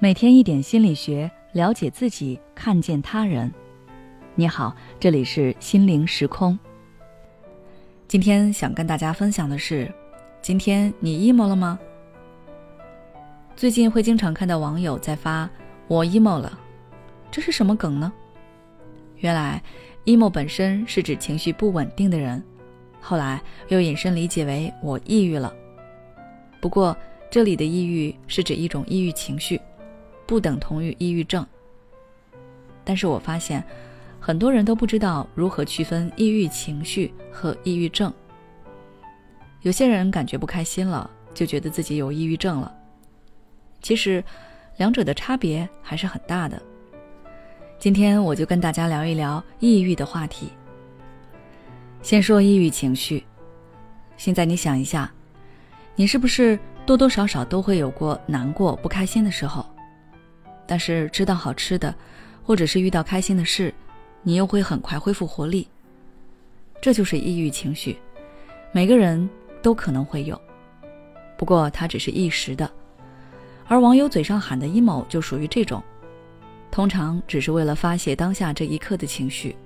每天一点心理学，了解自己，看见他人。你好，这里是心灵时空。今天想跟大家分享的是，今天你 emo 了吗？最近会经常看到网友在发我 emo 了，这是什么梗呢？原来 emo 本身是指情绪不稳定的人，后来又引申理解为我抑郁了。不过这里的抑郁是指一种抑郁情绪，不等同于抑郁症。但是我发现很多人都不知道如何区分抑郁情绪和抑郁症。有些人感觉不开心了，就觉得自己有抑郁症了。其实两者的差别还是很大的。今天我就跟大家聊一聊抑郁的话题。先说抑郁情绪。现在你想一下，你是不是多多少少都会有过难过不开心的时候？但是吃到好吃的，或者是遇到开心的事，你又会很快恢复活力。这就是抑郁情绪，每个人都可能会有，不过它只是一时的。而网友嘴上喊的 emo 就属于这种，通常只是为了发泄当下这一刻的情绪。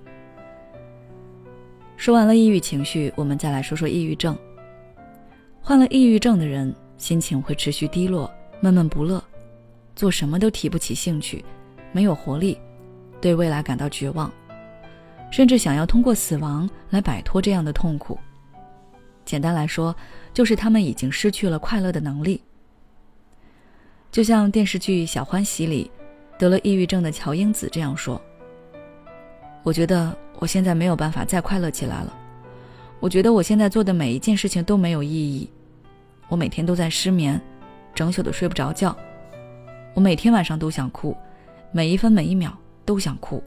说完了抑郁情绪，我们再来说说抑郁症。患了抑郁症的人，心情会持续低落，闷闷不乐，做什么都提不起兴趣，没有活力，对未来感到绝望，甚至想要通过死亡来摆脱这样的痛苦。简单来说，就是他们已经失去了快乐的能力。就像电视剧《小欢喜》里得了抑郁症的乔英子这样说，我觉得我现在没有办法再快乐起来了，我觉得我现在做的每一件事情都没有意义，我每天都在失眠，整宿的睡不着觉，我每天晚上都想哭，每一分每一秒都想哭。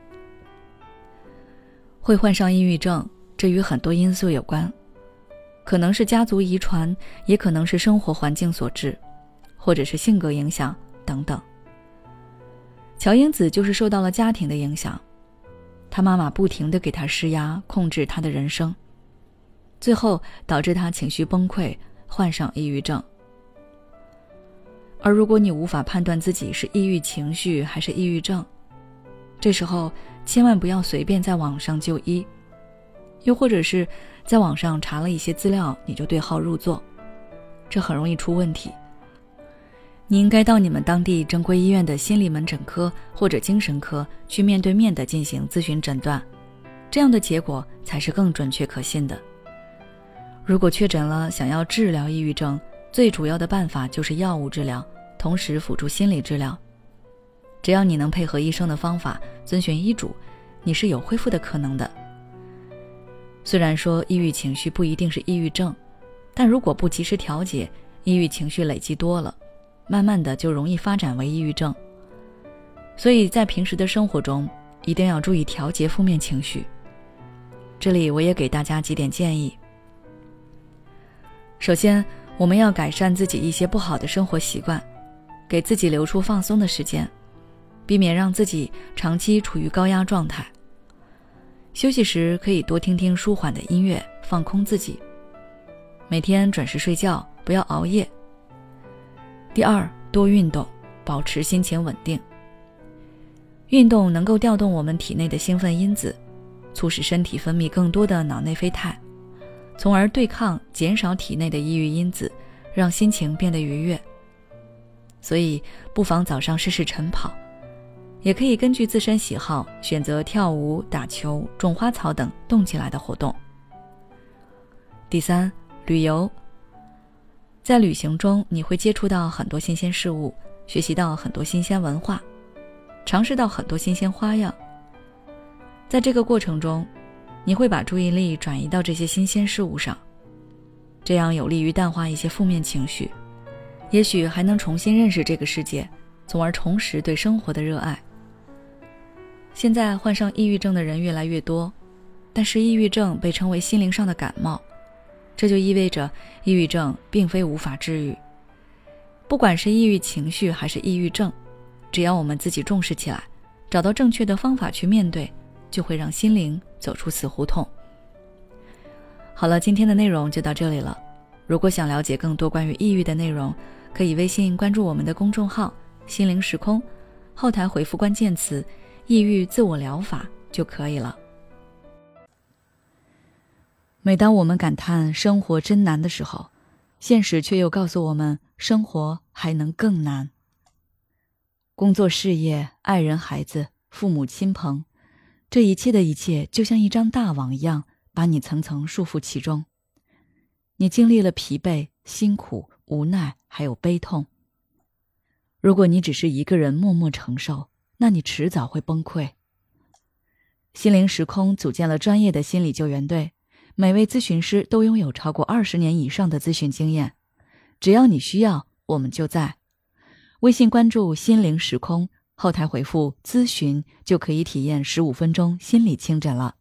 会患上抑郁症，这与很多因素有关，可能是家族遗传，也可能是生活环境所致，或者是性格影响等等。乔英子就是受到了家庭的影响，她妈妈不停地给她施压，控制她的人生，最后导致她情绪崩溃，患上抑郁症。而如果你无法判断自己是抑郁情绪还是抑郁症，这时候千万不要随便在网上就医，又或者是在网上查了一些资料你就对号入座，这很容易出问题。你应该到你们当地正规医院的心理门诊科或者精神科去面对面的进行咨询诊断，这样的结果才是更准确可信的。如果确诊了，想要治疗抑郁症，最主要的办法就是药物治疗，同时辅助心理治疗。只要你能配合医生的方法，遵循医嘱，你是有恢复的可能的。虽然说抑郁情绪不一定是抑郁症，但如果不及时调节，抑郁情绪累积多了，慢慢的就容易发展为抑郁症。所以在平时的生活中，一定要注意调节负面情绪。这里我也给大家几点建议。首先，我们要改善自己一些不好的生活习惯，给自己留出放松的时间，避免让自己长期处于高压状态。休息时可以多听听舒缓的音乐，放空自己。每天准时睡觉，不要熬夜。第二，多运动，保持心情稳定。运动能够调动我们体内的兴奋因子，促使身体分泌更多的脑内啡肽，从而对抗减少体内的抑郁因子，让心情变得愉悦。所以不妨早上试试晨跑，也可以根据自身喜好选择跳舞、打球、种花草等动起来的活动。第三，旅游。在旅行中，你会接触到很多新鲜事物，学习到很多新鲜文化，尝试到很多新鲜花样。在这个过程中，你会把注意力转移到这些新鲜事物上，这样有利于淡化一些负面情绪，也许还能重新认识这个世界，从而重拾对生活的热爱。现在患上抑郁症的人越来越多，但是抑郁症被称为心灵上的感冒，这就意味着抑郁症并非无法治愈。不管是抑郁情绪还是抑郁症，只要我们自己重视起来，找到正确的方法去面对，就会让心灵走出死胡同。好了，今天的内容就到这里了。如果想了解更多关于抑郁的内容，可以微信关注我们的公众号心灵时空，后台回复关键词抑郁自我疗法就可以了。每当我们感叹生活真难的时候，现实却又告诉我们生活还能更难。工作事业、爱人孩子、父母亲朋，这一切的一切就像一张大网一样，把你层层束缚其中。你经历了疲惫、辛苦、无奈，还有悲痛。如果你只是一个人默默承受，那你迟早会崩溃。心灵时空组建了专业的心理救援队，每位咨询师都拥有超过20年以上的咨询经验。只要你需要，我们就在。微信关注心灵时空，后台回复咨询就可以体验15分钟心理清诊了。